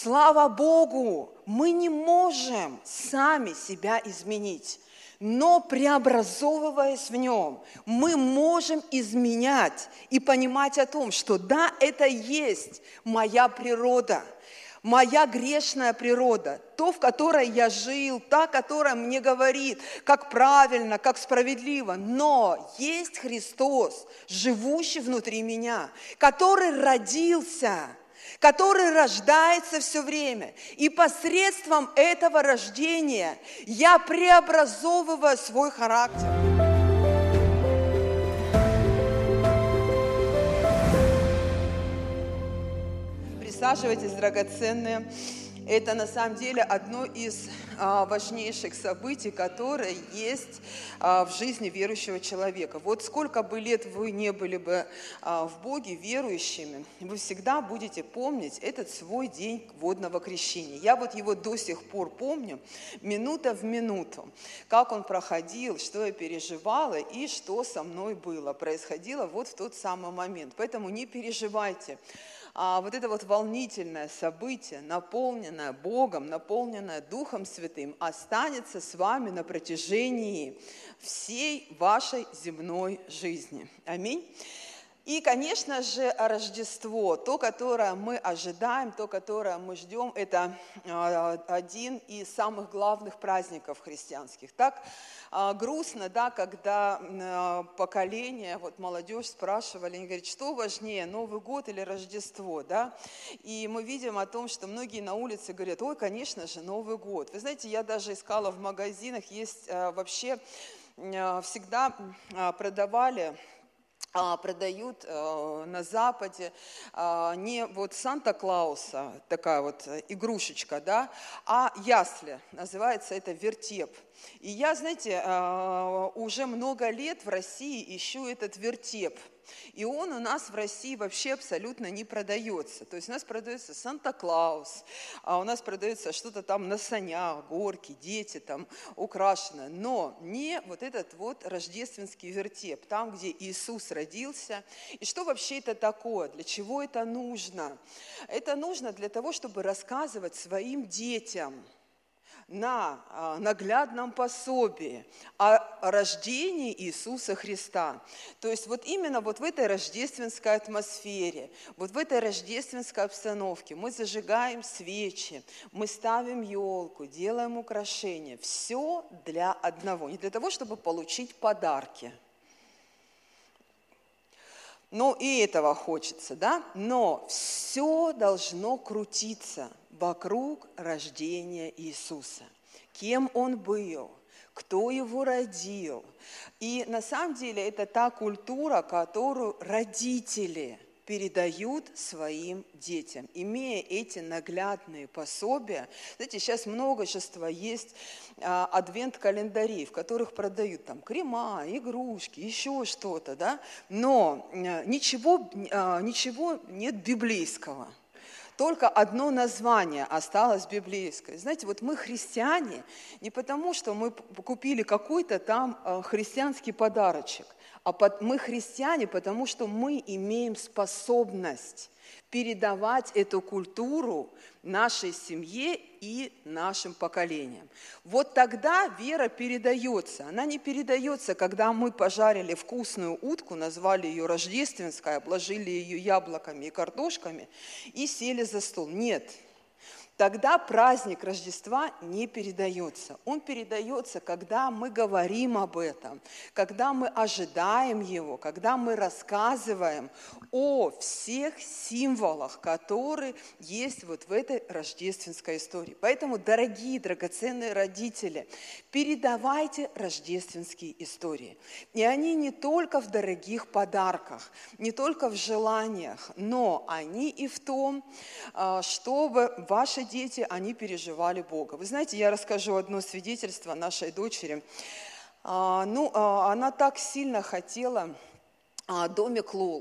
Слава Богу, мы не можем сами себя изменить, но преобразовываясь в Нем, мы можем изменять и понимать о том, что да, это есть моя природа, моя грешная природа, то, в которой я жил, та, которая мне говорит, как правильно, как справедливо. Но есть Христос, живущий внутри меня, который родился, который рождается все время. И посредством этого рождения я преобразовываю свой характер. Присаживайтесь, драгоценные. Это на самом деле одно из важнейших событий, которое есть в жизни верующего человека. Вот сколько бы лет вы не были бы в Боге верующими, вы всегда будете помнить этот свой день водного крещения. Я вот его до сих пор помню, минута в минуту, как он проходил, что я переживала и что со мной было, происходило вот в тот самый момент. Поэтому не переживайте. Вот это вот волнительное событие, наполненное Богом, наполненное Духом Святым, останется с вами на протяжении всей вашей земной жизни. Аминь. И, конечно же, Рождество, то, которое мы ожидаем, то, которое мы ждем, это один из самых главных праздников христианских. Так грустно, да, когда поколение, вот молодежь спрашивали, они говорят, что важнее, Новый год или Рождество, да? И мы видим о том, что многие на улице говорят, ой, конечно же, Новый год. Вы знаете, я даже искала в магазинах, есть вообще всегда продают на Западе не вот Санта-Клауса, такая вот игрушечка, да, а ясли, называется это вертеп. И я, знаете, уже много лет в России ищу этот вертеп. И он у нас в России вообще абсолютно не продается. То есть у нас продается Санта-Клаус, а у нас продается что-то там на санях, горки, дети там украшены. Но не вот этот вот рождественский вертеп, там, где Иисус родился. И что вообще это такое? Для чего это нужно? Это нужно для того, чтобы рассказывать своим детям на наглядном пособии о рождении Иисуса Христа. То есть вот именно вот в этой рождественской атмосфере, вот в этой рождественской обстановке мы зажигаем свечи, мы ставим елку, делаем украшения. Все для одного, не для того, чтобы получить подарки. Ну и этого хочется, да? Но все должно крутиться вокруг рождения Иисуса. Кем Он был, кто Его родил. И на самом деле это та культура, которую родители передают своим детям, имея эти наглядные пособия. Знаете, сейчас множество есть адвент-календарей, в которых продают там крема, игрушки, еще что-то, да? Но ничего нет библейского. Только одно название осталось библейское. Знаете, вот мы христиане не потому, что мы купили какой-то там христианский подарочек, а мы христиане, потому что мы имеем способность передавать эту культуру нашей семье и нашим поколениям. Вот тогда вера передается. Она не передается, когда мы пожарили вкусную утку, назвали ее рождественской, обложили ее яблоками и картошками и сели за стол. Нет. Тогда праздник Рождества не передается. Он передается, когда мы говорим об этом, когда мы ожидаем его, когда мы рассказываем о всех символах, которые есть вот в этой рождественской истории. Поэтому, дорогие, драгоценные родители, передавайте рождественские истории. И они не только в дорогих подарках, не только в желаниях, но они и в том, чтобы ваши дети, они переживали Бога. Вы знаете, я расскажу одно свидетельство нашей дочери. Она так сильно хотела домик Лол.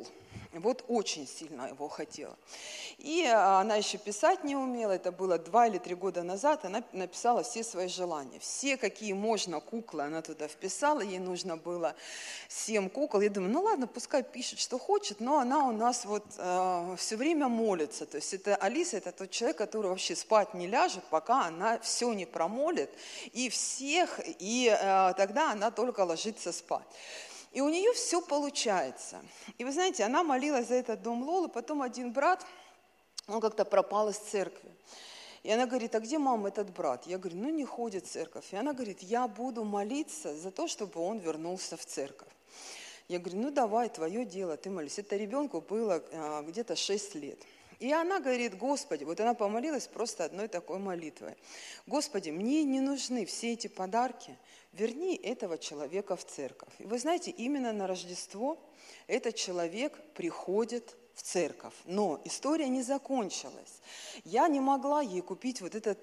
Вот очень сильно его хотела. И она еще писать не умела, это было 2 или 3 года назад, она написала все свои желания. Все, какие можно куклы, она туда вписала, ей нужно было 7 кукол. Я думаю, ну ладно, пускай пишет, что хочет, но она у нас вот все время молится. То есть это Алиса, это тот человек, который вообще спать не ляжет, пока она все не промолит, и всех, и тогда она только ложится спать. И у нее все получается. И вы знаете, она молилась за этот дом Лолы, потом один брат, он как-то пропал из церкви. И она говорит, а где, мама, этот брат? Я говорю, ну не ходит в церковь. И она говорит, я буду молиться за то, чтобы он вернулся в церковь. Я говорю, ну давай, твое дело, ты молись. Это ребенку было где-то 6 лет. И она говорит, Господи, вот она помолилась просто одной такой молитвой. Господи, мне не нужны все эти подарки, верни этого человека в церковь. И вы знаете, именно на Рождество этот человек приходит в церковь. Но история не закончилась. Я не могла ей купить вот этот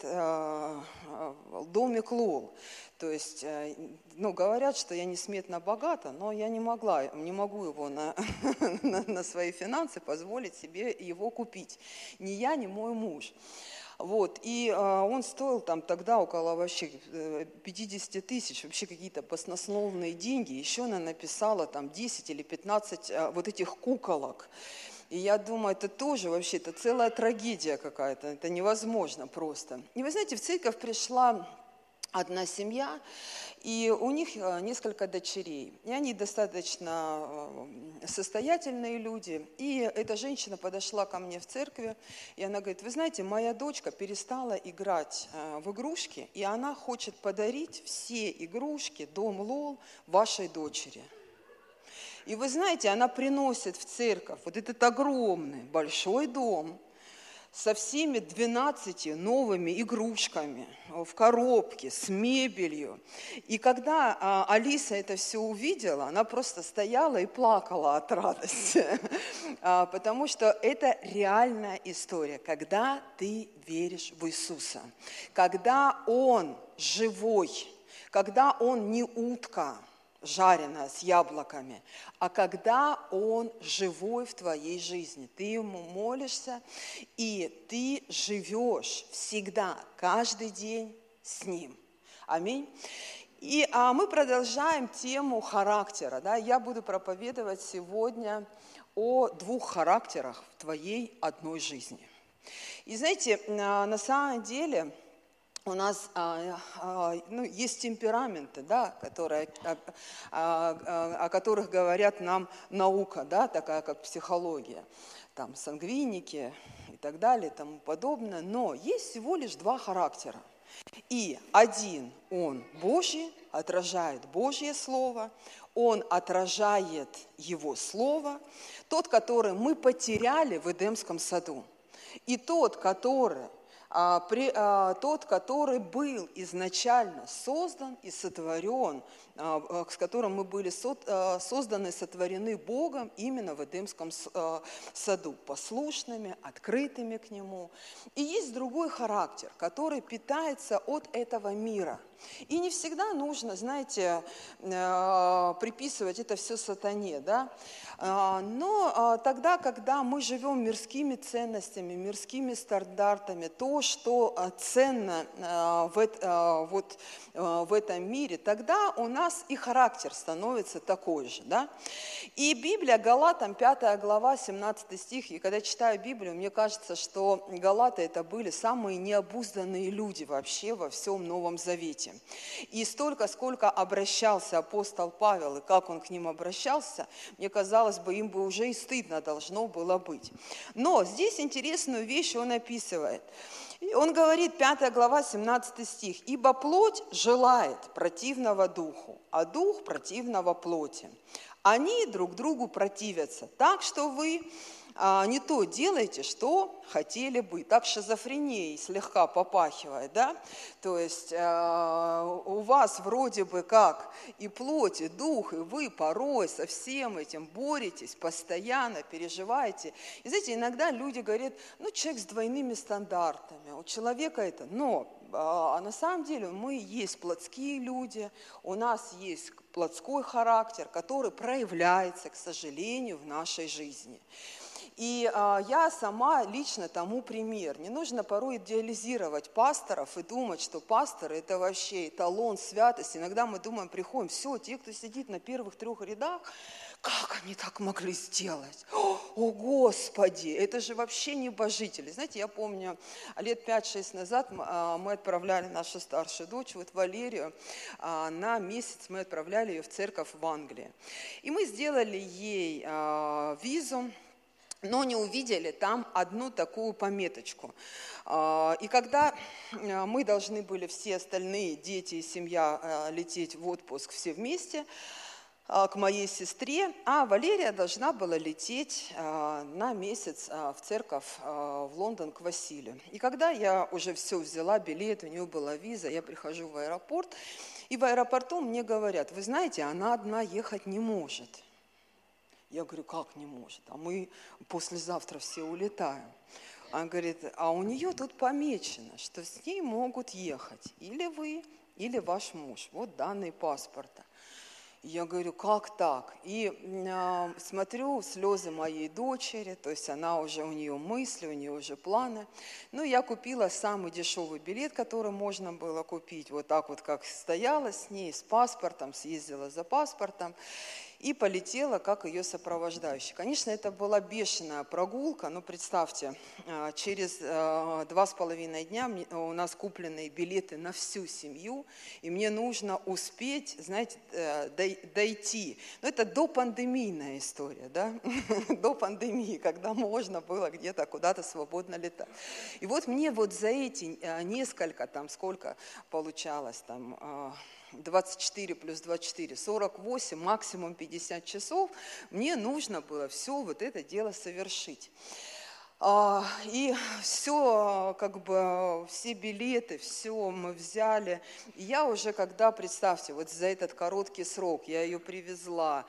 домик Лол. То есть, ну, говорят, что я несметно богата, но я не могу его на свои финансы позволить себе его купить. Ни я, ни мой муж. Вот, и он стоил там тогда около вообще 50 тысяч, вообще какие-то баснословные деньги. Еще она написала там 10 или 15 вот этих куколок. И я думаю, это тоже вообще, это целая трагедия какая-то, это невозможно просто. И вы знаете, в церковь пришла одна семья, и у них несколько дочерей. И они достаточно состоятельные люди. И эта женщина подошла ко мне в церкви, и она говорит, вы знаете, моя дочка перестала играть в игрушки, и она хочет подарить все игрушки, дом Лол, вашей дочери. И вы знаете, она приносит в церковь вот этот огромный, большой дом со всеми 12 новыми игрушками в коробке, с мебелью. И когда Алиса это все увидела, она просто стояла и плакала от радости, потому что это реальная история, когда ты веришь в Иисуса, когда Он живой, когда Он не утка, жареная с яблоками, а когда Он живой в твоей жизни. Ты Ему молишься, и ты живешь всегда, каждый день с Ним. Аминь. И мы продолжаем тему характера. Да? Я буду проповедовать сегодня о 2 характерах в твоей одной жизни. И знаете, на самом деле у нас есть темпераменты, да, о которых говорят нам наука, да, такая как психология, там сангвиники и так далее и тому подобное. Но есть всего лишь 2 характера. И один, он Божий, отражает Божье Слово, он отражает Его Слово, тот, который мы потеряли в Эдемском саду, и тот, который был изначально создан и сотворен, с которым мы были созданы, сотворены Богом именно в Эдемском саду, послушными, открытыми к Нему. И есть другой характер, который питается от этого мира. И не всегда нужно, знаете, приписывать это все сатане, да? Но тогда, когда мы живем мирскими ценностями, мирскими стандартами, то, что ценно в этом мире, тогда у нас и характер становится такой же, да? И Библия, Галатам, 5 глава, 17 стих, и когда читаю Библию, мне кажется, что галаты это были самые необузданные люди вообще во всем Новом Завете. И столько, сколько обращался апостол Павел, и как он к ним обращался, мне казалось бы, им бы уже и стыдно должно было быть. Но здесь интересную вещь он описывает. Он говорит, 5 глава, 17 стих, «Ибо плоть желает противного духу, а дух противного плоти. Они друг другу противятся, так что вы не то делайте, что хотели бы. Так шизофренией слегка попахивает, да? То есть у вас вроде бы как и плоть, и дух, и вы порой со всем этим боретесь, постоянно переживаете. И знаете, иногда люди говорят, человек с двойными стандартами, у человека это, но на самом деле мы есть плотские люди, у нас есть плотской характер, который проявляется, к сожалению, в нашей жизни. И я сама лично тому пример. Не нужно порой идеализировать пасторов и думать, что пасторы – это вообще эталон святости. Иногда мы думаем, приходим, все, те, кто сидит на первых 3 рядах, как они так могли сделать? О, Господи, это же вообще небожители. Знаете, я помню, лет 5-6 назад мы отправляли нашу старшую дочь, вот Валерию, на месяц мы отправляли ее в церковь в Англии. И мы сделали ей визу, но не увидели там одну такую пометочку. И когда мы должны были все остальные дети и семья лететь в отпуск все вместе к моей сестре, а Валерия должна была лететь на месяц в церковь в Лондон к Василию. И когда я уже все взяла, билет, у нее была виза, я прихожу в аэропорт, и в аэропорту мне говорят, вы знаете, она одна ехать не может. Я говорю, как не может? А мы послезавтра все улетаем. Она говорит, а у нее тут помечено, что с ней могут ехать или вы, или ваш муж. Вот данные паспорта. Я говорю, как так? И смотрю слезы моей дочери, то есть она уже, у нее мысли, у нее уже планы. Ну, я купила самый дешевый билет, который можно было купить, вот так вот, как стояла с ней, с паспортом, съездила за паспортом. И полетела как ее сопровождающий. Конечно, это была бешеная прогулка, но представьте, через 2,5 дня у нас куплены билеты на всю семью, и мне нужно успеть, знаете, дойти. Но это допандемийная история, да? До пандемии, когда можно было где-то куда-то свободно летать. И вот мне вот за эти несколько, там сколько получалось, там 24 плюс 24, 48, максимум 50 часов, мне нужно было все вот это дело совершить. И все, как бы, все билеты, все мы взяли. И я уже, когда, представьте, вот за этот короткий срок я ее привезла,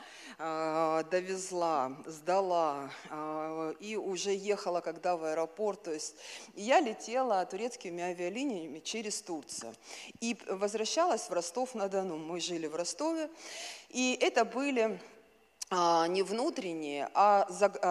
довезла, сдала, и уже ехала, когда в аэропорт. То есть я летела турецкими авиалиниями через Турцию. И возвращалась в Ростов-на-Дону. Мы жили в Ростове. И это были не внутренние, а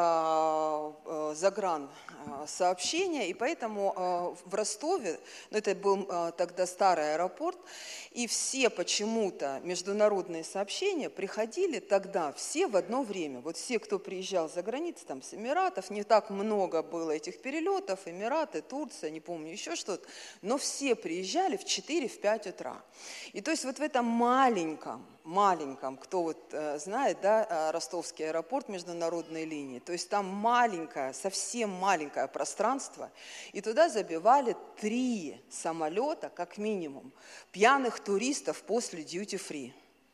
загран сообщения, и поэтому в Ростове, это был тогда старый аэропорт, и все почему-то международные сообщения приходили тогда все в одно время. Вот все, кто приезжал за границу, там с Эмиратов, не так много было этих перелетов, Эмираты, Турция, не помню, еще что-то, но все приезжали в 4-5 утра. И то есть вот в этом маленьком, кто вот знает, да, Ростовский аэропорт, международные линии, то есть там маленькое, совсем маленькое пространство, и туда забивали 3 самолета, как минимум, пьяных туристов после duty-free.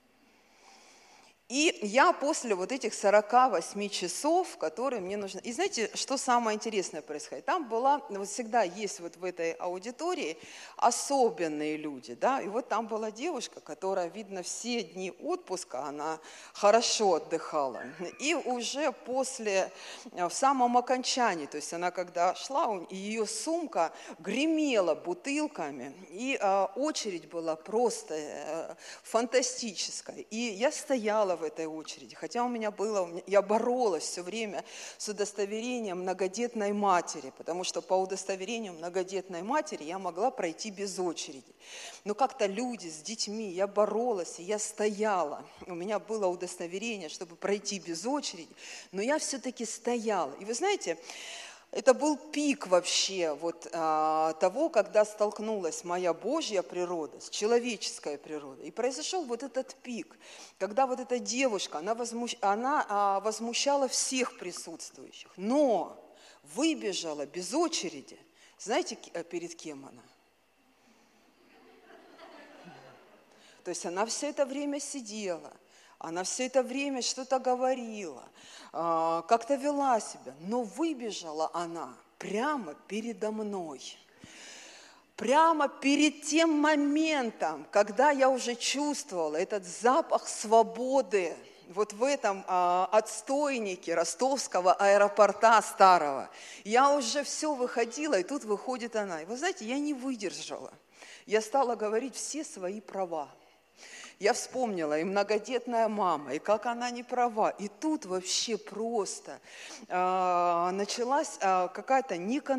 И я после вот этих 48 часов, которые мне нужны... И знаете, что самое интересное происходит? Там была, вот всегда есть вот в этой аудитории особенные люди, да, и вот там была девушка, которая, видно, все дни отпуска, она хорошо отдыхала. И уже после, в самом окончании, то есть она когда шла, ее сумка гремела бутылками, и очередь была просто фантастическая. И я стояла в этой очереди, хотя у меня было, я боролась все время с удостоверением многодетной матери, потому что по удостоверению многодетной матери я могла пройти без очереди. Но как-то люди с детьми, я боролась, и я стояла. У меня было удостоверение, чтобы пройти без очереди, но я все-таки стояла. И вы знаете, это был пик вообще вот того, когда столкнулась моя Божья природа с человеческой природой. И произошел вот этот пик, когда вот эта девушка, она возмущала всех присутствующих, но выбежала без очереди. Знаете, перед кем она? То есть она все это время сидела. она все это время что-то говорила, как-то вела себя, но выбежала она прямо передо мной. Прямо перед тем моментом, когда я уже чувствовала этот запах свободы, вот в этом отстойнике ростовского аэропорта старого, я уже все выходила, и тут выходит она. И вы знаете, я не выдержала. Я стала говорить все свои права. Я вспомнила и многодетная мама, и как она не права. И тут вообще просто началась какая-то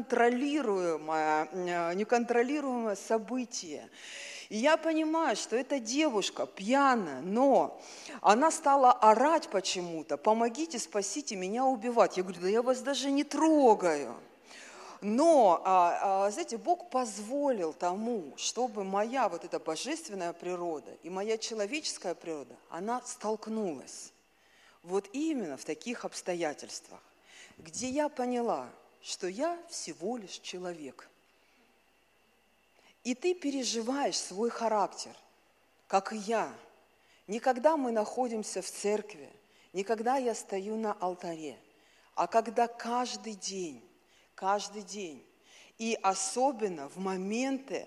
неконтролируемое событие. И я понимаю, что эта девушка пьяная, но она стала орать почему-то: «Помогите, спасите, меня убивать». Я говорю: «Да я вас даже не трогаю». Но, знаете, Бог позволил тому, чтобы моя вот эта божественная природа и моя человеческая природа, она столкнулась вот именно в таких обстоятельствах, где я поняла, что я всего лишь человек. И ты переживаешь свой характер, как и я. Не когда мы находимся в церкви, не когда я стою на алтаре, а когда каждый день, и особенно в моменты,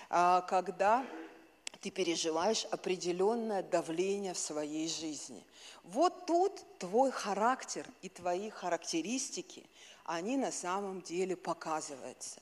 когда ты переживаешь определенное давление в своей жизни. Вот тут твой характер и твои характеристики, они на самом деле показываются.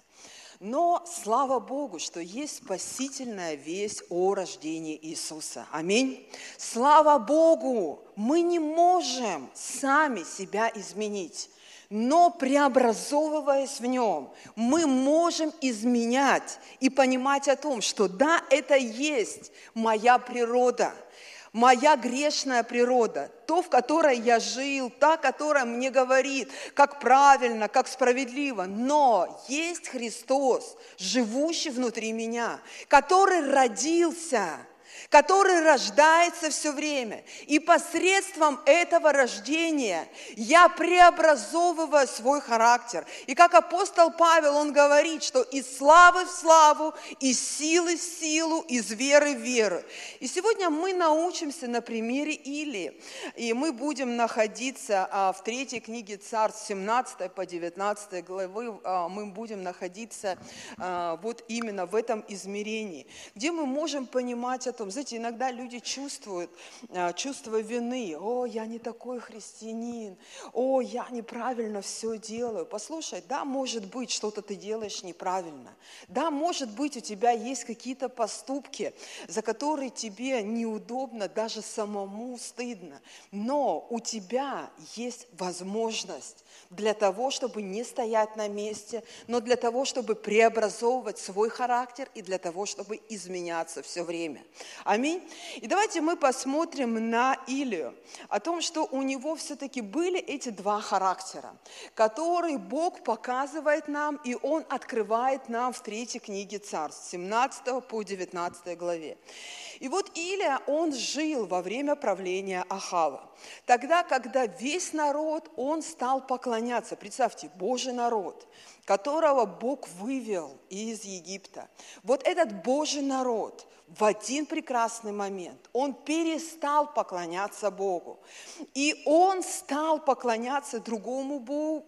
Но слава Богу, что есть спасительная весть о рождении Иисуса. Аминь. Слава Богу, мы не можем сами себя изменить. Но преобразовываясь в нем, мы можем изменять и понимать о том, что да, это есть моя природа, моя грешная природа, то, в которой я жил, та, которая мне говорит, как правильно, как справедливо. Но есть Христос, живущий внутри меня, который родился, который рождается все время. И посредством этого рождения я преобразовываю свой характер. И как апостол Павел, он говорит, что из славы в славу, из силы в силу, из веры в веру. И сегодня мы научимся на примере Илии. И мы будем находиться в 3 книге Царств, 17 по 19 главы, мы будем находиться вот именно в этом измерении, где мы можем понимать о том, знаете, иногда люди чувствуют чувство вины. «О, я не такой христианин, о, я неправильно все делаю». Послушай, да, может быть, что-то ты делаешь неправильно. Да, может быть, у тебя есть какие-то поступки, за которые тебе неудобно, даже самому стыдно. Но у тебя есть возможность для того, чтобы не стоять на месте, но для того, чтобы преобразовывать свой характер и для того, чтобы изменяться все время. Аминь. И давайте мы посмотрим на Илию, о том, что у него все-таки были эти два характера, которые Бог показывает нам, и Он открывает нам в 3 книге Царств, 17 по 19 главе. И вот Илия, он жил во время правления Ахава. Тогда, когда весь народ, он стал поклоняться. Представьте, Божий народ, которого Бог вывел из Египта. Вот этот Божий народ в один прекрасный момент, он перестал поклоняться Богу. И он стал поклоняться другим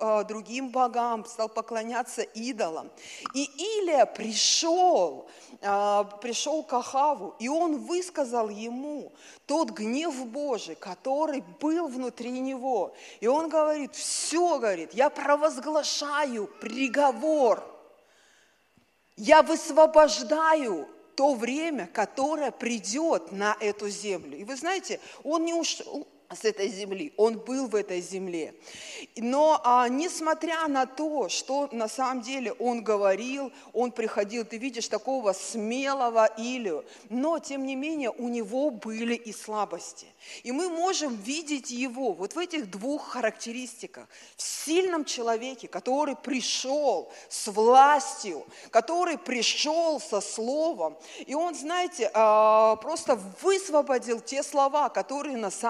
богам, стал поклоняться идолам. И Илия пришел к Ахаву, и он высказал ему тот гнев Божий, который был внутри него. И он говорит: все, говорит, я провозглашаю приговор, я высвобождаю то время, которое придет на эту землю. И вы знаете, он не ушел с этой земли, он был в этой земле. Но несмотря на то, что на самом деле он говорил, он приходил, ты видишь такого смелого Илию, но тем не менее у него были и слабости. И мы можем видеть его вот в этих двух характеристиках. В сильном человеке, который пришел с властью, который пришел со словом. И он, знаете, просто высвободил те слова, которые на самом деле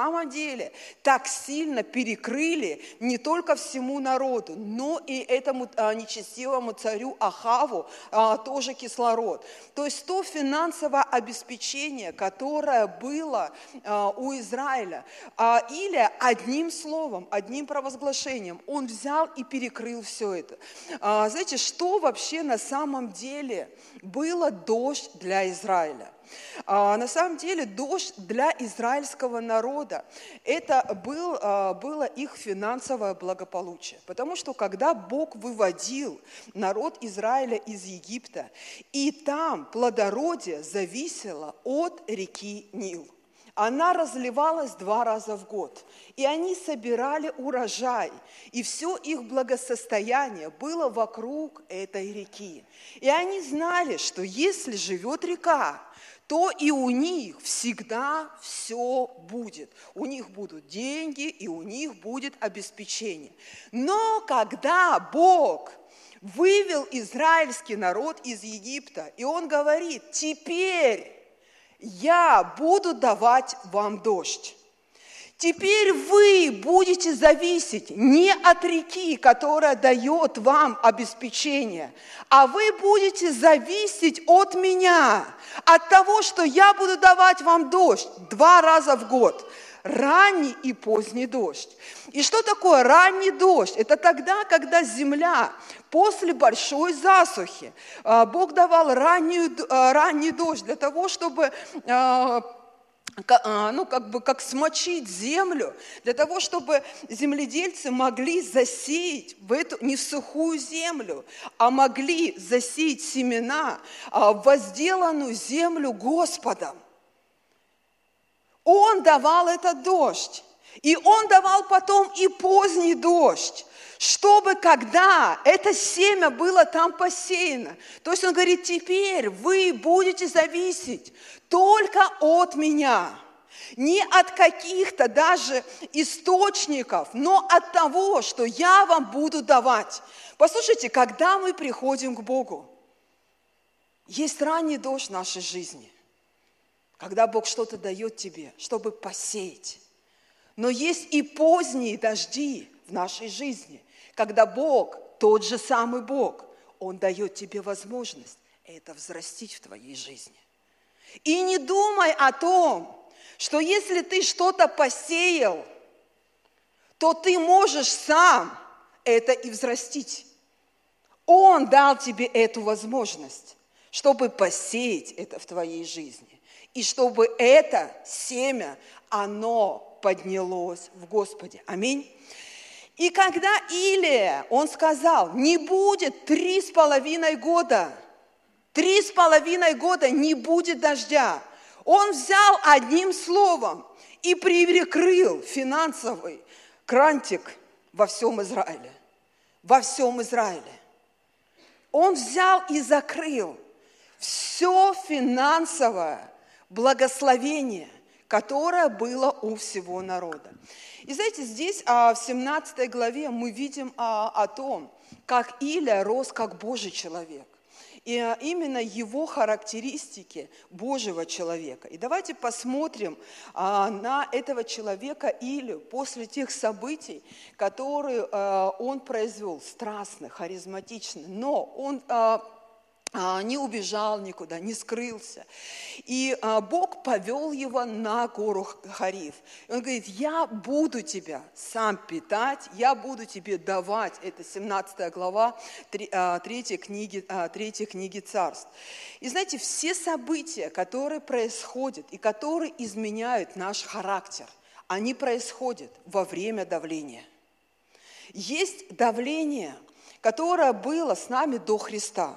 деле так сильно перекрыли не только всему народу, но и этому нечестивому царю Ахаву тоже кислород. То есть то финансовое обеспечение, которое было у Израиля, Илия одним словом, одним провозглашением, он взял и перекрыл все это. Знаете, что вообще на самом деле было дождь для Израиля? На самом деле дождь для израильского народа это было их финансовое благополучие. Потому что когда Бог выводил народ Израиля из Египта, и там плодородие зависело от реки Нил. Она разливалась 2 раза в год, и они собирали урожай, и все их благосостояние было вокруг этой реки. И они знали, что если живет река, то и у них всегда все будет. У них будут деньги, и у них будет обеспечение. Но когда Бог вывел израильский народ из Египта, и Он говорит: теперь я буду давать вам дождь. Теперь вы будете зависеть не от реки, которая дает вам обеспечение, а вы будете зависеть от меня, от того, что я буду давать вам дождь 2 раза в год. Ранний и поздний дождь. И что такое ранний дождь? Это тогда, когда земля после большой засухи, Бог давал ранний дождь для того, чтобы как смочить землю, для того, чтобы земледельцы могли засеять в эту не в сухую землю, а могли засеять семена в возделанную землю Господом. Он давал этот дождь, и Он давал потом и поздний дождь, чтобы когда это семя было там посеяно, то есть Он говорит: теперь вы будете зависеть только от меня, не от каких-то даже источников, но от того, что я вам буду давать. Послушайте, когда мы приходим к Богу, есть ранний дождь в нашей жизни, когда Бог что-то дает тебе, чтобы посеять. Но есть и поздние дожди в нашей жизни, когда Бог, тот же самый Бог, Он дает тебе возможность это взрастить в твоей жизни. И не думай о том, что если ты что-то посеял, то ты можешь сам это и взрастить. Он дал тебе эту возможность, чтобы посеять это в твоей жизни. И чтобы это семя, оно поднялось в Господе. Аминь. И когда Илия, он сказал: не будет 3,5 года, 3,5 года не будет дождя. Он взял одним словом и перекрыл финансовый крантик во всем Израиле. Во всем Израиле. Он взял и закрыл все финансовое благословение, которое было у всего народа. И знаете, здесь в 17 главе мы видим о том, как Илия рос как Божий человек. И именно его характеристики Божьего человека. И давайте посмотрим на этого человека Илию после тех событий, которые он произвел, страстных, харизматичных. Но он не убежал никуда, не скрылся. И Бог повел его на гору Харив. И Он говорит: я буду тебя сам питать, я буду тебе давать. Это 17 глава 3 книги Царств. И знаете, все события, которые происходят и которые изменяют наш характер, они происходят во время давления. Есть давление, которое было с нами до Христа.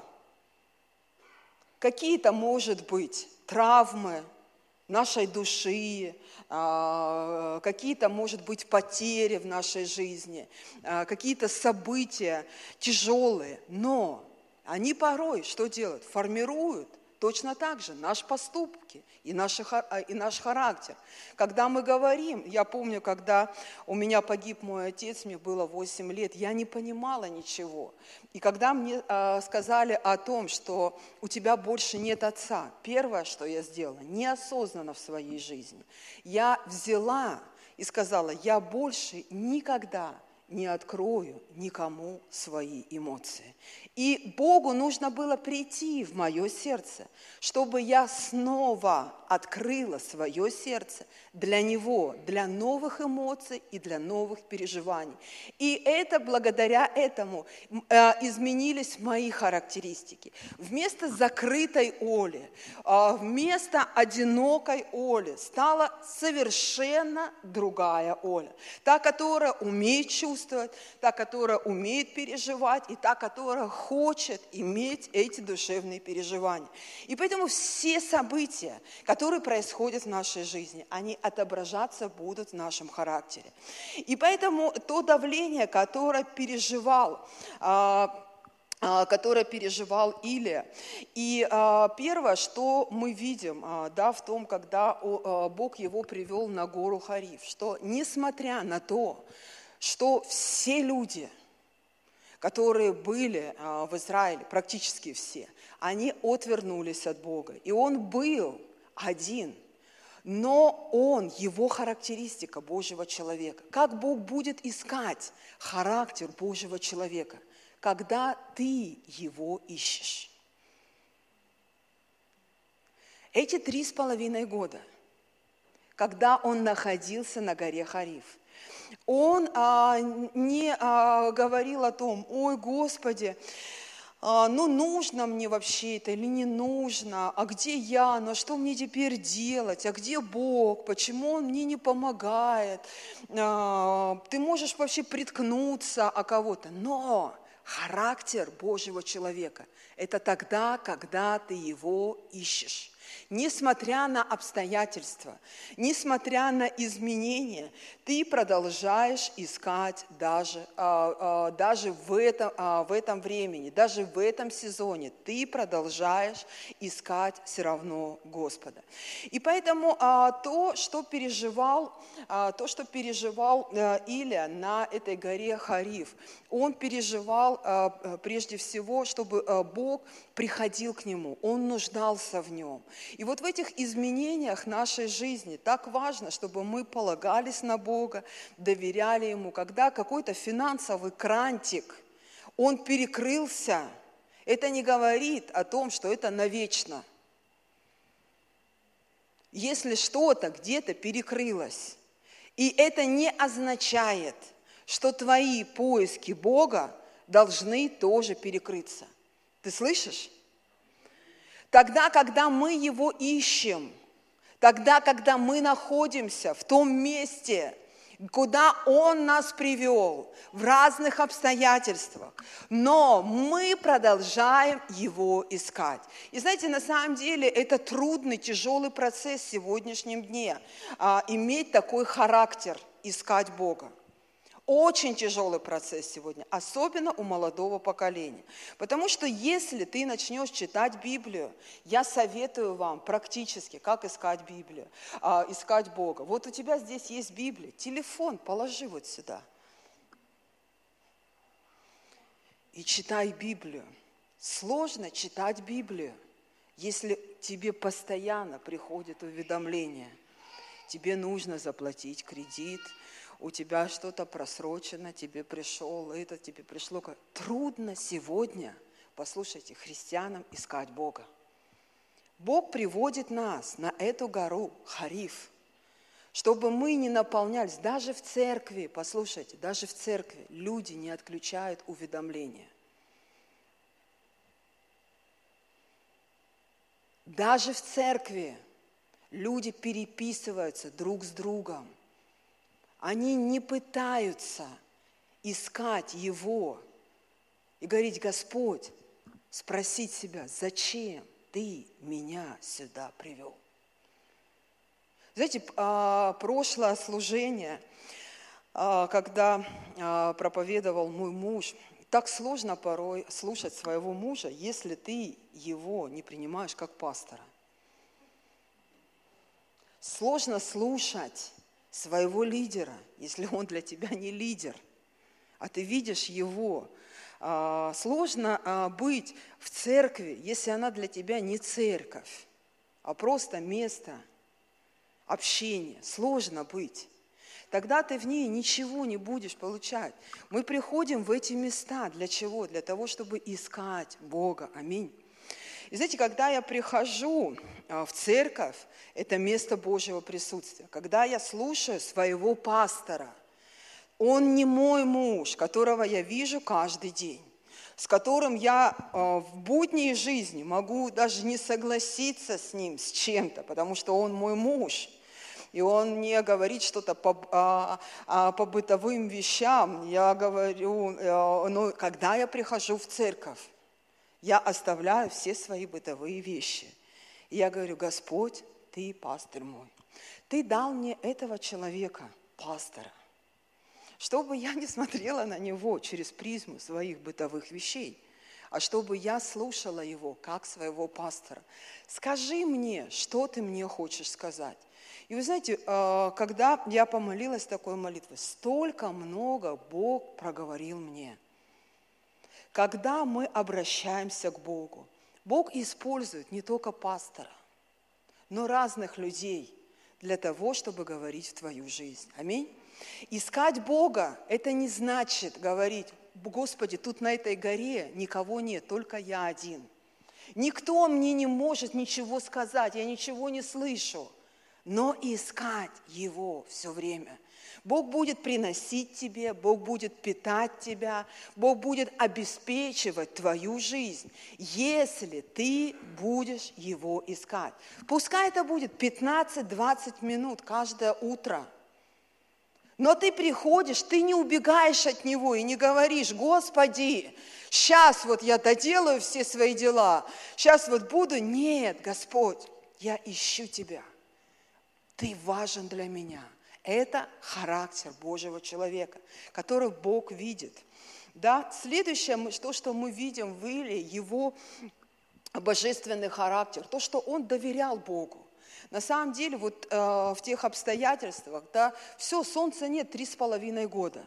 Какие-то, может быть, травмы нашей души, какие-то, может быть, потери в нашей жизни, какие-то события тяжелые. Но они порой что делают? Формируют точно так же наши поступки и наш характер. Когда мы говорим, я помню, когда у меня погиб мой отец, мне было 8 лет, я не понимала ничего. И когда мне сказали о том, что у тебя больше нет отца, первое, что я сделала, неосознанно в своей жизни, я взяла и сказала: я больше никогда не открою никому свои эмоции. И Богу нужно было прийти в мое сердце, чтобы я снова открыла свое сердце для Него, для новых эмоций и для новых переживаний. И это благодаря этому изменились мои характеристики. Вместо закрытой Оли, вместо одинокой Оли стала совершенно другая Оля. Та, которая умеет чувствовать, та, которая умеет переживать, и та, которая хочет иметь эти душевные переживания. И поэтому все события, которые происходят в нашей жизни, они отображаться будут в нашем характере. И поэтому то давление, которое переживал Илия. И первое, что мы видим, в том, когда Бог его привел на гору Хариф, что несмотря на то, что все люди, которые были в Израиле, практически все, они отвернулись от Бога. И он был один, но его характеристика Божьего человека. Как Бог будет искать характер Божьего человека? Когда ты его ищешь. Эти 3,5 года, когда он находился на горе Хариф, он не говорил о том: ой, Господи, нужно мне вообще это или не нужно, а где я, ну что мне теперь делать, а где Бог, почему Он мне не помогает, ты можешь вообще приткнуться о кого-то, но характер Божьего человека – это тогда, когда ты его ищешь. Несмотря на обстоятельства, несмотря на изменения, ты продолжаешь искать даже в этом времени, даже в этом сезоне, ты продолжаешь искать все равно Господа. И поэтому то, что переживал Илия на этой горе Хариф, он переживал прежде всего, чтобы Бог приходил к нему, он нуждался в нем. И вот в этих изменениях нашей жизни так важно, чтобы мы полагались на Бога, доверяли Ему. Когда какой-то финансовый крантик, он перекрылся, это не говорит о том, что это навечно. Если что-то где-то перекрылось, и это не означает, что твои поиски Бога должны тоже перекрыться. Ты слышишь? Тогда, когда мы Его ищем, тогда, когда мы находимся в том месте, куда Он нас привел, в разных обстоятельствах, но мы продолжаем Его искать. И знаете, на самом деле это трудный, тяжелый процесс в сегодняшнем дне, иметь такой характер, искать Бога. Очень тяжелый процесс сегодня, особенно у молодого поколения. Потому что если ты начнешь читать Библию, я советую вам практически, как искать Библию, искать Бога. Вот у тебя здесь есть Библия, телефон положи вот сюда. И читай Библию. Сложно читать Библию, если тебе постоянно приходит уведомление. Тебе нужно заплатить кредит, у тебя что-то просрочено, тебе пришло это, тебе пришло. Трудно сегодня, послушайте, христианам искать Бога. Бог приводит нас на эту гору Хариф, чтобы мы не наполнялись. Даже в церкви, послушайте, даже в церкви люди не отключают уведомления. Даже в церкви люди переписываются друг с другом. Они не пытаются искать Его и говорить: Господь, спросить себя, зачем Ты меня сюда привел? Знаете, прошлое служение, когда проповедовал мой муж, так сложно порой слушать своего мужа, если ты его не принимаешь как пастора. Сложно слушать своего лидера, если он для тебя не лидер, а ты видишь его. Сложно быть в церкви, если она для тебя не церковь, а просто место общения. Сложно быть. тогда ты в ней ничего не будешь получать. Мы приходим в эти места. Для чего? Для того, чтобы искать Бога. Аминь. И знаете, когда я прихожу в церковь, это место Божьего присутствия. Когда я слушаю своего пастора, он не мой муж, которого я вижу каждый день, с которым я в будней жизни могу даже не согласиться с ним, с чем-то, потому что он мой муж. И он мне говорит что-то по бытовым вещам. Я говорю, но когда я прихожу в церковь, я оставляю все свои бытовые вещи. И я говорю: Господь, Ты пастырь мой. Ты дал мне этого человека, пастора, чтобы я не смотрела на него через призму своих бытовых вещей, а чтобы я слушала его как своего пастора. Скажи мне, что ты мне хочешь сказать. И вы знаете, когда я помолилась такой молитвой, столько много Бог проговорил мне. Когда мы обращаемся к Богу, Бог использует не только пастора, но разных людей для того, чтобы говорить в твою жизнь. Аминь. Искать Бога – это не значит говорить: Господи, тут на этой горе никого нет, только я один. Никто мне не может ничего сказать, я ничего не слышу. Но искать Его все время. Бог будет приносить тебе, Бог будет питать тебя, Бог будет обеспечивать твою жизнь, если ты будешь Его искать. Пускай это будет 15-20 минут каждое утро. Но ты приходишь, ты не убегаешь от Него и не говоришь: Господи, сейчас вот я доделаю все свои дела, сейчас вот буду. Нет, Господь, я ищу Тебя. Ты важен для меня. Это характер Божьего человека, который Бог видит. Да? Следующее, то, что мы видим в Илии, его божественный характер, то, что он доверял Богу. На самом деле, вот в тех обстоятельствах, да, все, солнца нет 3,5 года.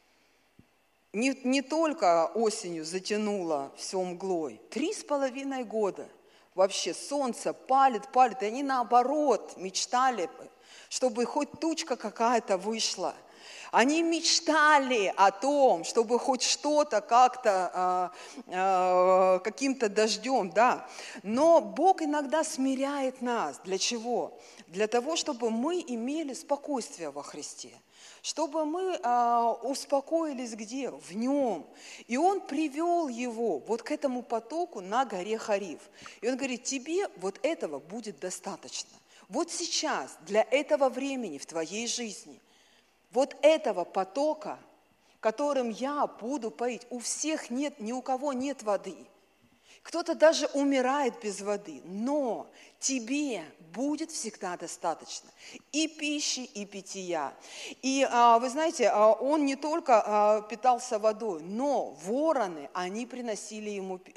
Не только осенью затянуло все мглой, 3,5 года. Вообще солнце палит, и они наоборот мечтали, чтобы хоть тучка какая-то вышла. Они мечтали о том, чтобы хоть что-то как-то, каким-то дождем, да. Но Бог иногда смиряет нас. Для чего? Для того, чтобы мы имели спокойствие во Христе. Чтобы мы успокоились где? В Нем. И Он привел его вот к этому потоку на горе Хариф. И Он говорит: тебе вот этого будет достаточно. Вот сейчас, для этого времени в твоей жизни, вот этого потока, которым я буду поить. У всех нет, ни у кого нет воды. Кто-то даже умирает без воды, но тебе будет всегда достаточно и пищи, и питья. И вы знаете, он не только питался водой, но вороны, они приносили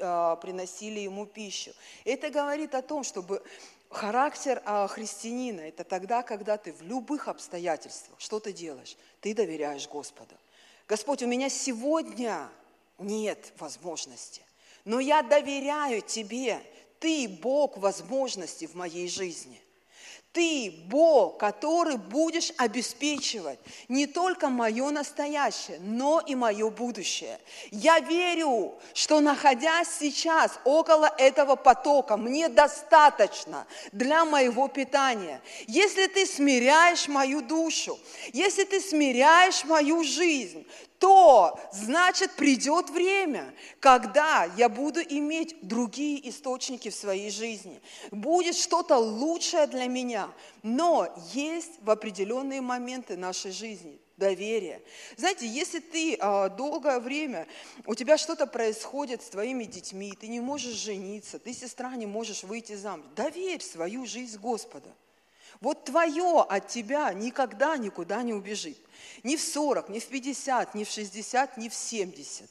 ему пищу. Это говорит о том, чтобы характер христианина – это тогда, когда ты в любых обстоятельствах, что ты делаешь? Ты доверяешь Господу. Господь, у меня сегодня нет возможности, но я доверяю Тебе. Ты Бог возможностей в моей жизни. Ты Бог, который будешь обеспечивать не только мое настоящее, но и мое будущее. Я верю, что, находясь сейчас около этого потока, мне достаточно для моего питания. Если ты смиряешь мою душу, если ты смиряешь мою жизнь, то, значит, придет время, когда я буду иметь другие источники в своей жизни. Будет что-то лучшее для меня, но есть в определенные моменты нашей жизни доверие. Знаете, если ты долгое время, у тебя что-то происходит с твоими детьми, ты не можешь жениться, ты, сестра, не можешь выйти замуж, доверь свою жизнь Господу. Вот твое от тебя никогда никуда не убежит. Ни в 40, ни в 50, ни в 60, ни в 70.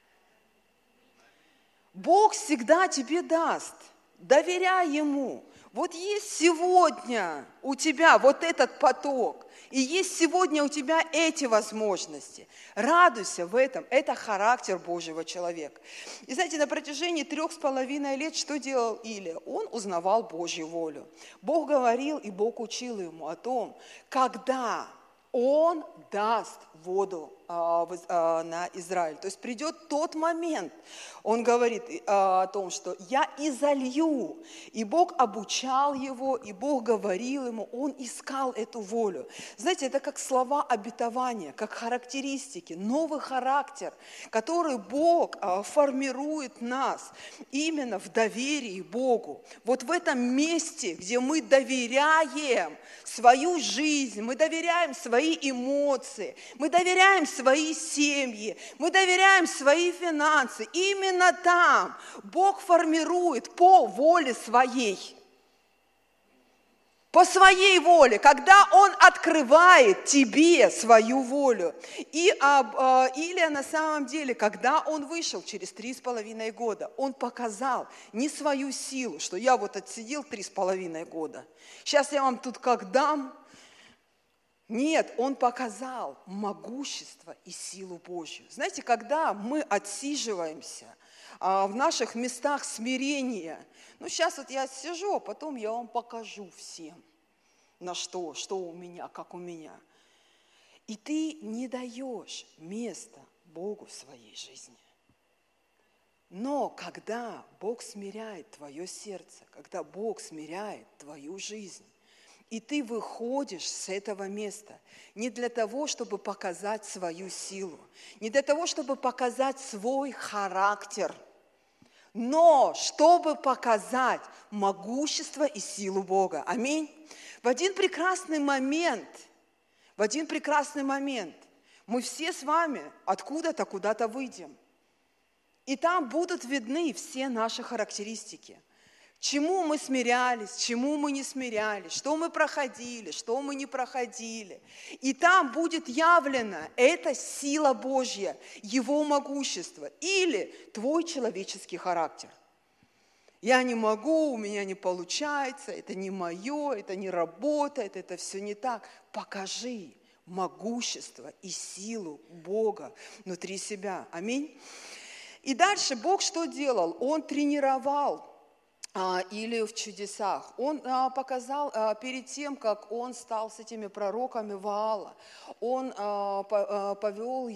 Бог всегда тебе даст. Доверяй Ему. вот есть сегодня у тебя вот этот поток, и есть сегодня у тебя эти возможности. Радуйся в этом. Это характер Божьего человека. И знаете, на протяжении 3,5 лет что делал Илия? Он узнавал Божью волю. Бог говорил, и Бог учил ему о том, когда он даст воду на Израиль. То есть придет тот момент, он говорит о том, что я изолью. И Бог обучал его, и Бог говорил ему, он искал эту волю. Знаете, это как слова обетования, как характеристики, новый характер, который Бог формирует нас именно в доверии Богу. Вот в этом месте, где мы доверяем свою жизнь, мы доверяем свои эмоции, мы доверяем свои семьи, мы доверяем свои финансы. Именно там Бог формирует по воле своей. По своей воле, когда Он открывает тебе свою волю. И Илия на самом деле, когда он вышел через 3,5 года, он показал не свою силу, что я вот отсидел 3,5 года, сейчас я вам тут как дам. Нет, он показал могущество и силу Божью. Знаете, когда мы отсиживаемся в наших местах смирения, сейчас вот я сижу, а потом я вам покажу всем, на что у меня, как у меня. И ты не даешь места Богу в своей жизни. Но когда Бог смиряет твое сердце, когда Бог смиряет твою жизнь, и ты выходишь с этого места не для того, чтобы показать свою силу, не для того, чтобы показать свой характер, но чтобы показать могущество и силу Бога. Аминь. В один прекрасный момент мы все с вами откуда-то куда-то выйдем. И там будут видны все наши характеристики. Чему мы смирялись, чему мы не смирялись, что мы проходили, что мы не проходили. И там будет явлена эта сила Божья, Его могущество или твой человеческий характер. Я не могу, у меня не получается, это не мое, это не работает, это все не так. Покажи могущество и силу Бога внутри себя. Аминь. И дальше Бог что делал? Он тренировал Илию в чудесах. Он показал перед тем, как он стал с этими пророками Ваала, он повел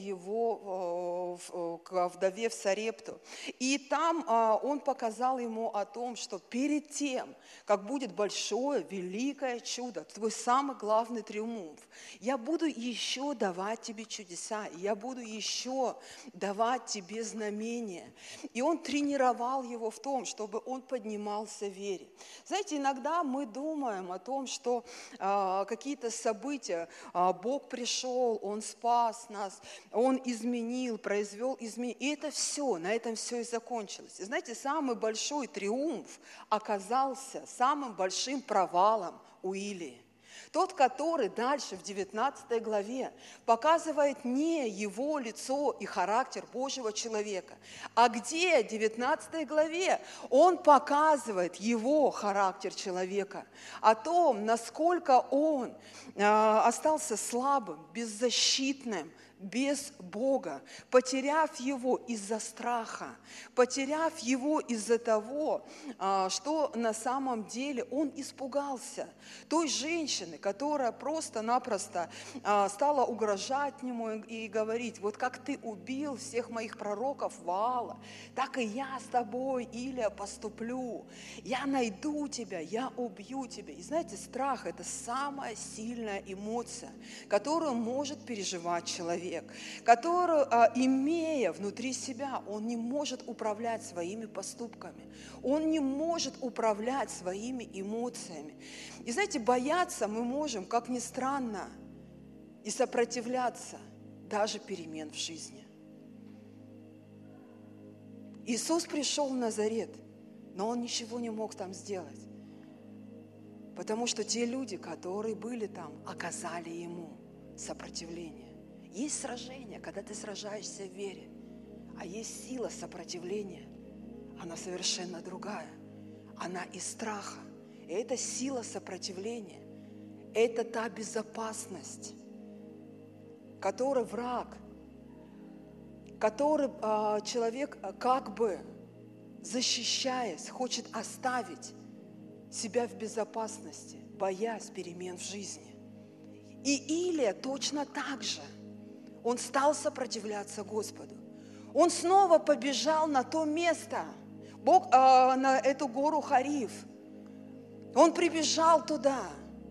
его к вдове в Сарепту. И там он показал ему о том, что перед тем, как будет большое, великое чудо, твой самый главный триумф, я буду еще давать тебе чудеса, я буду еще давать тебе знамения. И он тренировал его в том, чтобы он поднимался в вере. Знаете, иногда мы думаем о том, что какие-то события, Бог пришел, Он спас нас, Он изменил, произвел изменения. И это все, на этом все и закончилось. И знаете, самый большой триумф оказался самым большим провалом у Илии. Тот, который дальше в 19 главе показывает не его лицо и характер Божьего человека, а где в 19 главе он показывает его характер человека, о том, насколько он остался слабым, беззащитным, без Бога, потеряв Его из-за страха, потеряв Его из-за того, что на самом деле он испугался той женщины, которая просто-напросто стала угрожать ему и говорить: вот как ты убил всех моих пророков Ваала, так и я с тобой, Илия, поступлю. Я найду тебя, я убью тебя. И знаете, страх – это самая сильная эмоция, которую может переживать человек, который, имея внутри себя, он не может управлять своими поступками, он не может управлять своими эмоциями. И знаете, бояться мы можем, как ни странно, и сопротивляться даже перемен в жизни. Иисус пришел в Назарет, но Он ничего не мог там сделать, потому что те люди, которые были там, оказали Ему сопротивление. Есть сражение, когда ты сражаешься в вере, а есть сила сопротивления. Она совершенно другая. Она из страха. это сила сопротивления. Это та безопасность, которую враг, который человек как бы защищаясь, хочет оставить себя в безопасности, боясь перемен в жизни. И Илия точно так же. Он стал сопротивляться Господу. Он снова побежал на то место, на эту гору Хариф. Он прибежал туда.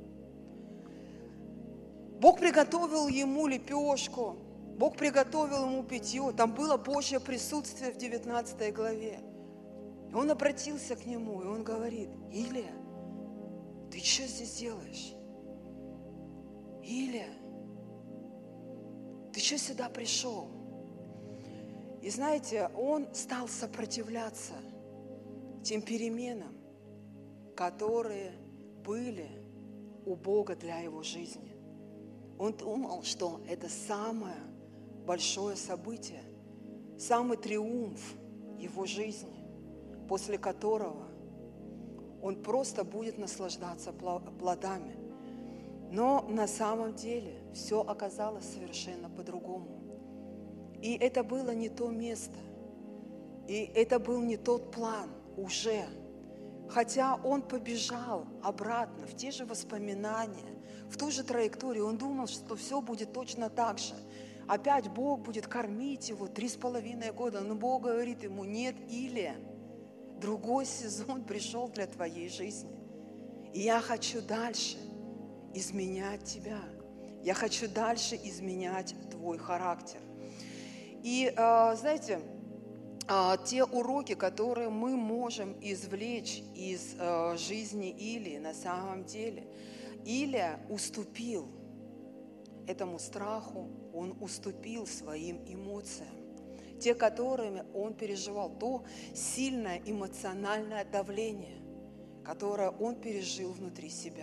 Бог приготовил ему лепешку, Бог приготовил ему питье. Там было Божье присутствие в 19 главе. И он обратился к нему, и он говорит: Илия, ты что здесь делаешь? Илия, ты что сюда пришел? И знаете, он стал сопротивляться тем переменам, которые были у Бога для его жизни. Он думал, что это самое большое событие, самый триумф его жизни, после которого он просто будет наслаждаться плодами. Но на самом деле все оказалось совершенно по-другому. И это было не то место, и это был не тот план уже. Хотя он побежал обратно в те же воспоминания, в ту же траекторию, он думал, что все будет точно так же. Опять Бог будет кормить его 3,5 года, но Бог говорит ему: нет, Илия, другой сезон пришел для твоей жизни. И я хочу дальше изменять тебя. Я хочу дальше изменять твой характер. И знаете, те уроки, которые мы можем извлечь из жизни Илии, на самом деле, Илия уступил этому страху, он уступил своим эмоциям, те, которыми он переживал, то сильное эмоциональное давление, которое он пережил внутри себя.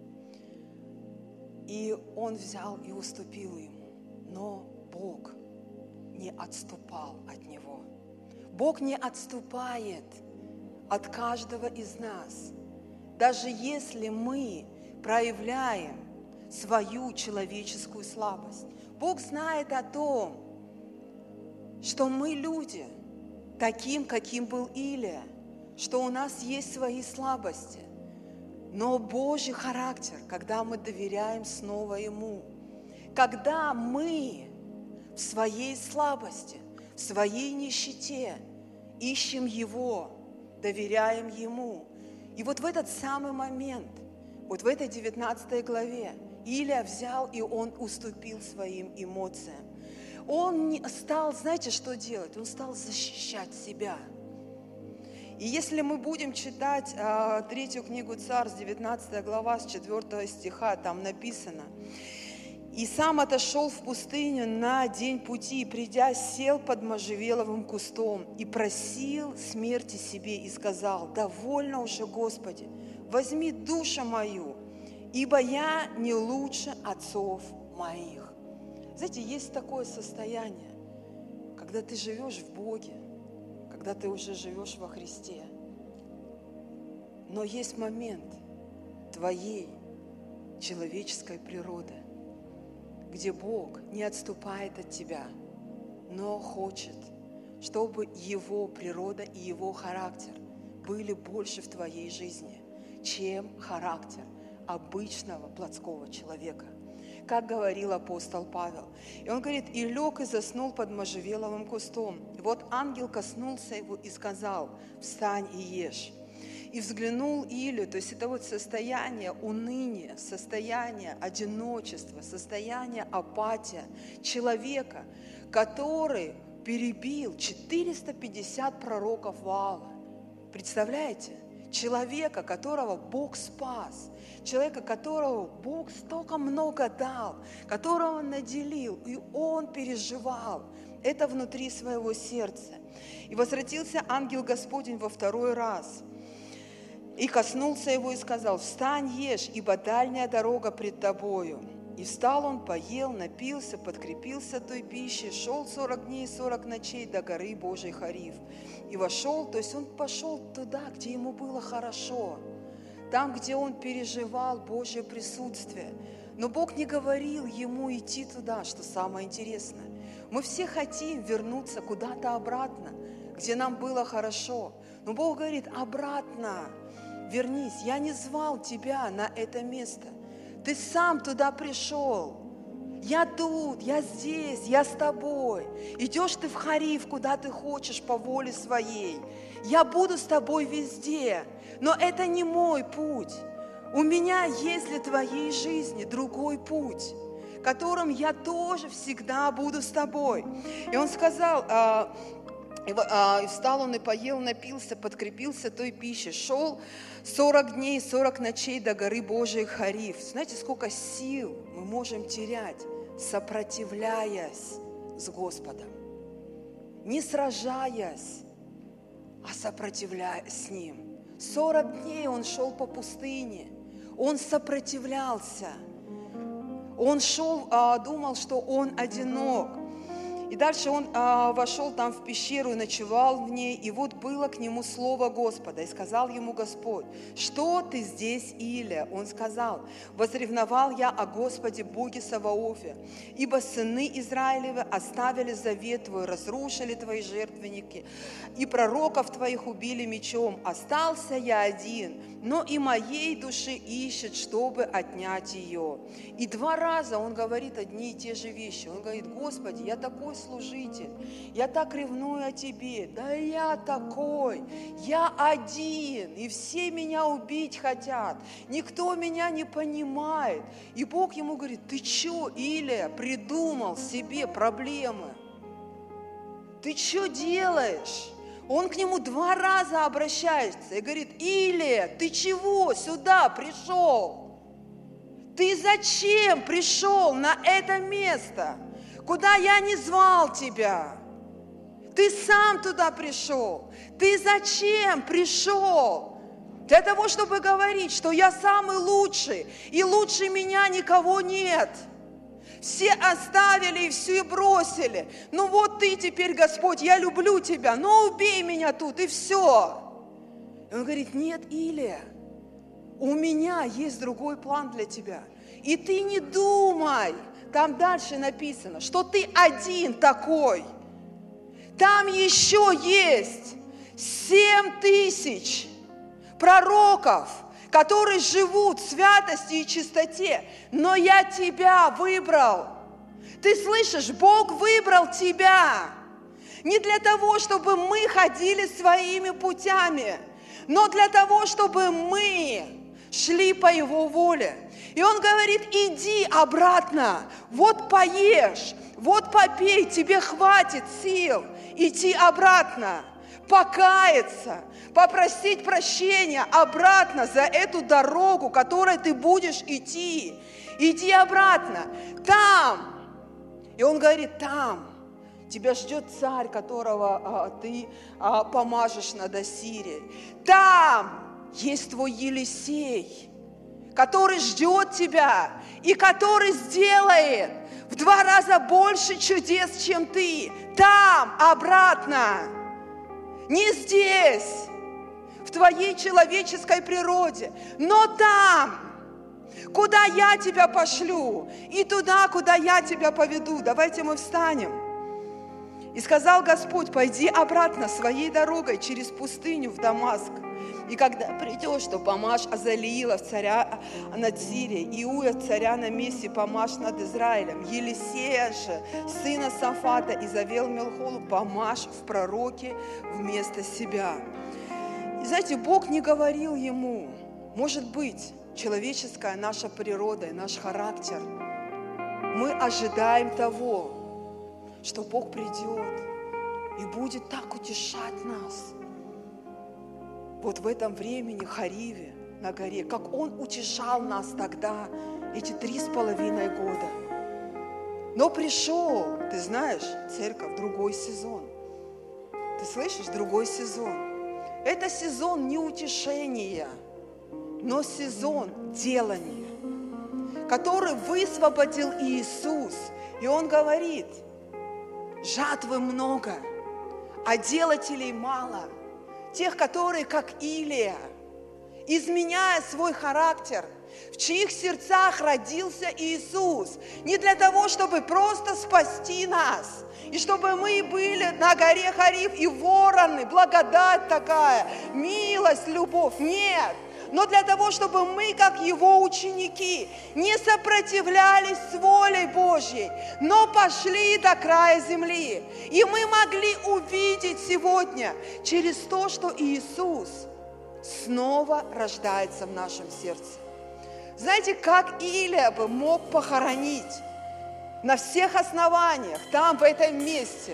И он взял и уступил ему, но Бог не отступал от него. Бог не отступает от каждого из нас, даже если мы проявляем свою человеческую слабость. Бог знает о том, что мы люди, таким, каким был Илия, что у нас есть свои слабости. Но Божий характер, когда мы доверяем снова Ему, когда мы в своей слабости, в своей нищете ищем Его, доверяем Ему. И вот в этот самый момент, вот в этой 19 главе, Илия взял и он уступил своим эмоциям. Он стал, знаете, что делать? Он стал защищать себя. И если мы будем читать 3 книгу Царств, 19 глава, с 4 стиха, там написано: «И сам отошел в пустыню на день пути, и, придя, сел под можжевеловым кустом и просил смерти себе, и сказал: довольно уже, Господи, возьми душу мою, ибо я не лучше отцов моих». Знаете, есть такое состояние, когда ты живешь в Боге, когда ты уже живешь во Христе, но есть момент твоей человеческой природы, где Бог не отступает от тебя, но хочет, чтобы Его природа и Его характер были больше в твоей жизни, чем характер обычного плотского человека. Как говорил апостол Павел. И он говорит: «И лег и заснул под можжевеловым кустом. И вот ангел коснулся его и сказал: встань и ешь». И взглянул Илию, то есть это вот состояние уныния, состояние одиночества, состояние апатия человека, который перебил 450 пророков Ваала. Представляете? Человека, которого Бог спас, человека, которого Бог столько много дал, которого Он наделил, и он переживал это внутри своего сердца. И возвратился ангел Господень во второй раз, и коснулся его и сказал: встань, ешь, ибо дальняя дорога пред тобою. И встал он, поел, напился, подкрепился той пищей, шел 40 дней и 40 ночей до горы Божией Хариф. И вошел, то есть он пошел туда, где ему было хорошо, там, где он переживал Божье присутствие. Но Бог не говорил ему идти туда, что самое интересное. Мы все хотим вернуться куда-то обратно, где нам было хорошо. Но Бог говорит: обратно вернись. Я не звал тебя на это место. Ты сам туда пришел. Я тут, я здесь, я с тобой. Идешь ты в Харив, куда ты хочешь, по воле своей. Я буду с тобой везде. Но это не мой путь. У меня есть для твоей жизни другой путь, которым я тоже всегда буду с тобой. И он сказал, и встал он и поел, напился, подкрепился той пищей. Шел 40 дней, 40 ночей до горы Божией Харив. Знаете, сколько сил мы можем терять, сопротивляясь с Господом. Не сражаясь, а сопротивляясь с Ним. 40 дней он шел по пустыне. Он сопротивлялся. Он шел, думал, что он одинок. И дальше он вошел там в пещеру и ночевал в ней. И вот было к нему слово Господа. И сказал ему Господь: что ты здесь, Илия? Он сказал: возревновал я о Господе Боге Саваофе, ибо сыны Израилевы оставили завет твой, разрушили твои жертвенники, и пророков твоих убили мечом. Остался я один, но и моей души ищет, чтобы отнять ее. И 2 раза он говорит одни и те же вещи. Он говорит: Господи, я такой служитель, я так ревную о Тебе, да я такой, я один, и все меня убить хотят, никто меня не понимает. И Бог ему говорит: ты что, Илия, придумал себе проблемы? Ты что делаешь? Он к нему 2 раза обращается и говорит: Илия, ты чего сюда пришел? Ты зачем пришел на это место, куда я не звал тебя? Ты сам туда пришел. Ты зачем пришел? Для того, чтобы говорить, что я самый лучший, и лучше меня никого нет. Все оставили и все бросили. Ну вот ты теперь, Господь, я люблю тебя, но убей меня тут, и все. И он говорит: нет, Илия, у меня есть другой план для тебя. И ты не думай, там дальше написано, что ты один такой. Там еще есть 7000 пророков, которые живут в святости и чистоте. Но я тебя выбрал. Ты слышишь, Бог выбрал тебя. Не для того, чтобы мы ходили своими путями, но для того, чтобы мы шли по Его воле. И Он говорит: иди обратно, вот поешь, вот попей, тебе хватит сил идти обратно, покаяться, попросить прощения обратно за эту дорогу, которой ты будешь идти. Иди обратно, там. И Он говорит: там тебя ждет царь, которого ты помажешь над Ассирией. Там есть твой Елисей, который ждет тебя и который сделает в 2 раза больше чудес, чем ты. Там, обратно. Не здесь, в твоей человеческой природе, но там, куда я тебя пошлю, и туда, куда я тебя поведу. Давайте мы встанем. И сказал Господь: пойди обратно своей дорогой через пустыню в Дамаск. И когда придешь, то помажь Азалиила, царя над Сирией, Иуя, царя на Мессе, помажь над Израилем, Елисея же, сына Сафата, и Завел Мелхолу, помажь в пророке вместо себя. И знаете, Бог не говорил ему, может быть, человеческая наша природа и наш характер, мы ожидаем того, что Бог придет и будет так утешать нас. Вот в этом времени, Хариве, на горе, как Он утешал нас тогда, эти 3,5 года. Но пришел, ты знаешь, церковь, другой сезон. Ты слышишь, другой сезон. Это сезон не утешения, но сезон делания, который высвободил Иисус. И Он говорит: жатвы много, а делателей мало. Тех, которые, как Илия, изменяя свой характер, в чьих сердцах родился Иисус, не для того, чтобы просто спасти нас, и чтобы мы были на горе Хариф и вороны, благодать такая, милость, любовь. Нет, но для того, чтобы мы, как Его ученики, не сопротивлялись с волей Божьей, но пошли до края земли. И мы могли увидеть сегодня через то, что Иисус снова рождается в нашем сердце. Знаете, как Илия бы мог похоронить на всех основаниях, там, в этом месте.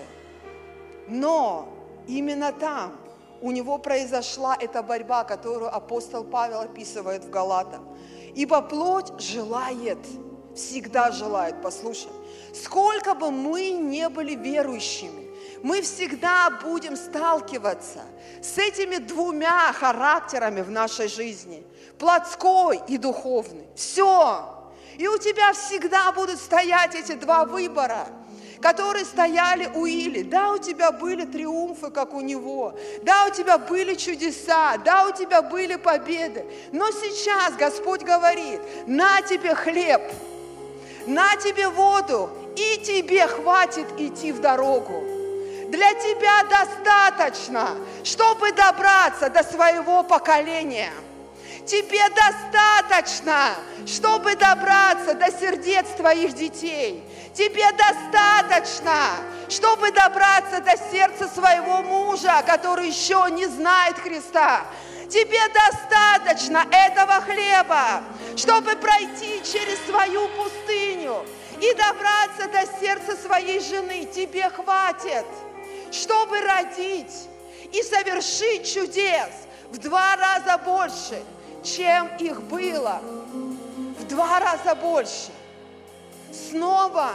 Но именно там у него произошла эта борьба, которую апостол Павел описывает в Галатах. Ибо плоть желает, всегда желает, послушай, сколько бы мы не были верующими, мы всегда будем сталкиваться с этими двумя характерами в нашей жизни, плотской и духовный. Все. И у тебя всегда будут стоять эти два выбора, которые стояли у Илии. Да, у тебя были триумфы, как у него. Да, у тебя были чудеса. Да, у тебя были победы. Но сейчас Господь говорит: на тебе хлеб, на тебе воду, и тебе хватит идти в дорогу. Для тебя достаточно, чтобы добраться до своего поколения. Тебе достаточно, чтобы добраться до сердец твоих детей. Тебе достаточно, чтобы добраться до сердца своего мужа, который еще не знает Христа. Тебе достаточно этого хлеба, чтобы пройти через свою пустыню и добраться до сердца своей жены. Тебе хватит, чтобы родить и совершить чудес в 2 раза больше, чем их было, в 2 раза больше. Снова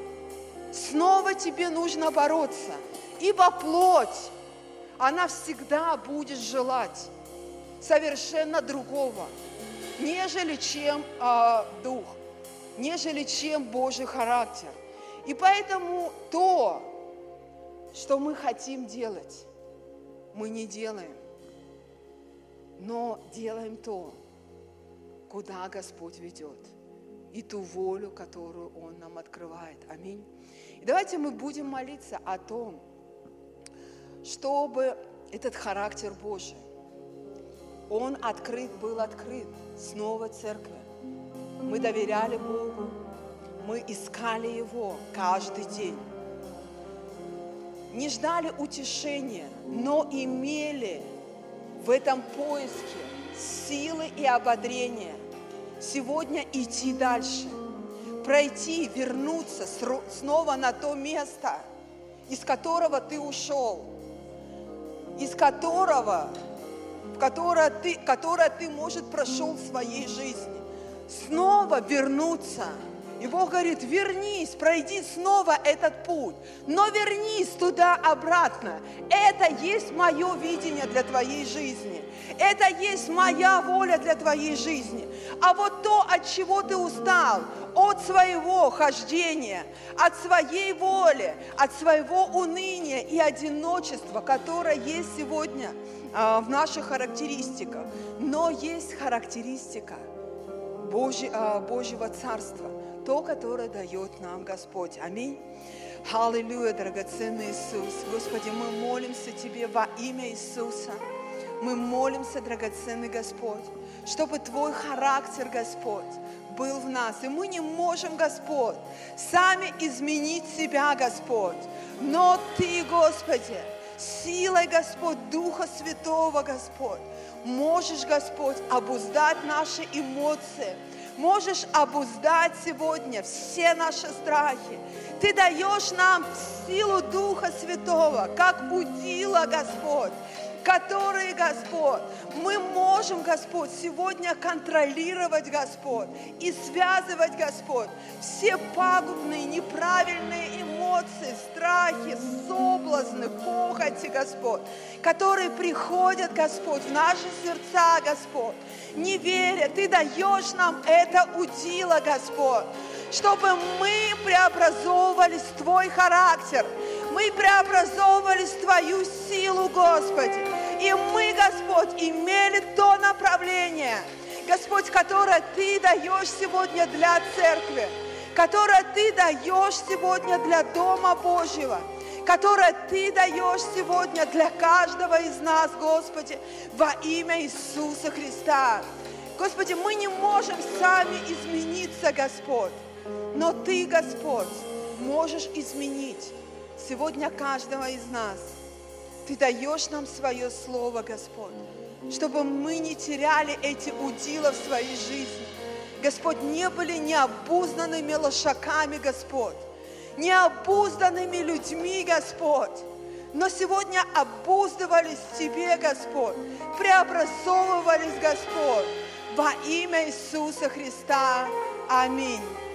тебе нужно бороться, ибо плоть, она всегда будет желать совершенно другого, нежели чем дух, нежели чем Божий характер. И поэтому то, что мы хотим делать, мы не делаем. Но делаем то, куда Господь ведет, и ту волю, которую Он нам открывает. Аминь. И давайте мы будем молиться о том, чтобы этот характер Божий, он был открыт снова церкви. Мы доверяли Богу, мы искали Его каждый день. Не ждали утешения, но имели в этом поиске силы и ободрения сегодня идти дальше, пройти, вернуться снова на то место, из которого ты ушел, из которое ты, может, прошел в своей жизни. Снова вернуться. И Бог говорит: вернись, пройди снова этот путь, но вернись туда обратно. Это есть мое видение для твоей жизни. Это есть моя воля для твоей жизни. А вот то, от чего ты устал, от своего хождения, от своей воли, от своего уныния и одиночества, которое есть сегодня в наших характеристиках, но есть характеристика Божьего Царства, то, которое дает нам Господь. Аминь. Аллилуйя, драгоценный Иисус. Господи, мы молимся Тебе во имя Иисуса. Мы молимся, драгоценный Господь, чтобы Твой характер, Господь, был в нас. И мы не можем, Господь, сами изменить себя, Господь. Но Ты, Господи, силой, Господь, Духа Святого, Господь, можешь, Господь, обуздать наши эмоции, можешь обуздать сегодня все наши страхи. Ты даешь нам силу Духа Святого, как удила, Господь, которые, Господь, мы можем, Господь, сегодня контролировать, Господь, и связывать, Господь, все пагубные, неправильные эмоции, страхи, соблазны, похоти, Господь, которые приходят, Господь, в наши сердца, Господь, не веря. Ты даешь нам это удило, Господь, чтобы мы преобразовывались в Твой характер, мы преобразовывались в Твою силу, Господи. И мы, Господь, имели то направление, откровение, Господь, которое Ты даешь сегодня для церкви, которое Ты даешь сегодня для Дома Божьего, которое Ты даешь сегодня для каждого из нас, Господи, во имя Иисуса Христа. Господи, мы не можем сами измениться, Господь, но Ты, Господь, можешь изменить сегодня каждого из нас. Ты даешь нам свое слово, Господь, чтобы мы не теряли эти удила в своей жизни. Господь, не были необузданными лошаками, Господь, необузданными людьми, Господь, но сегодня обуздывались в Тебе, Господь, преобразовывались, Господь, во имя Иисуса Христа. Аминь.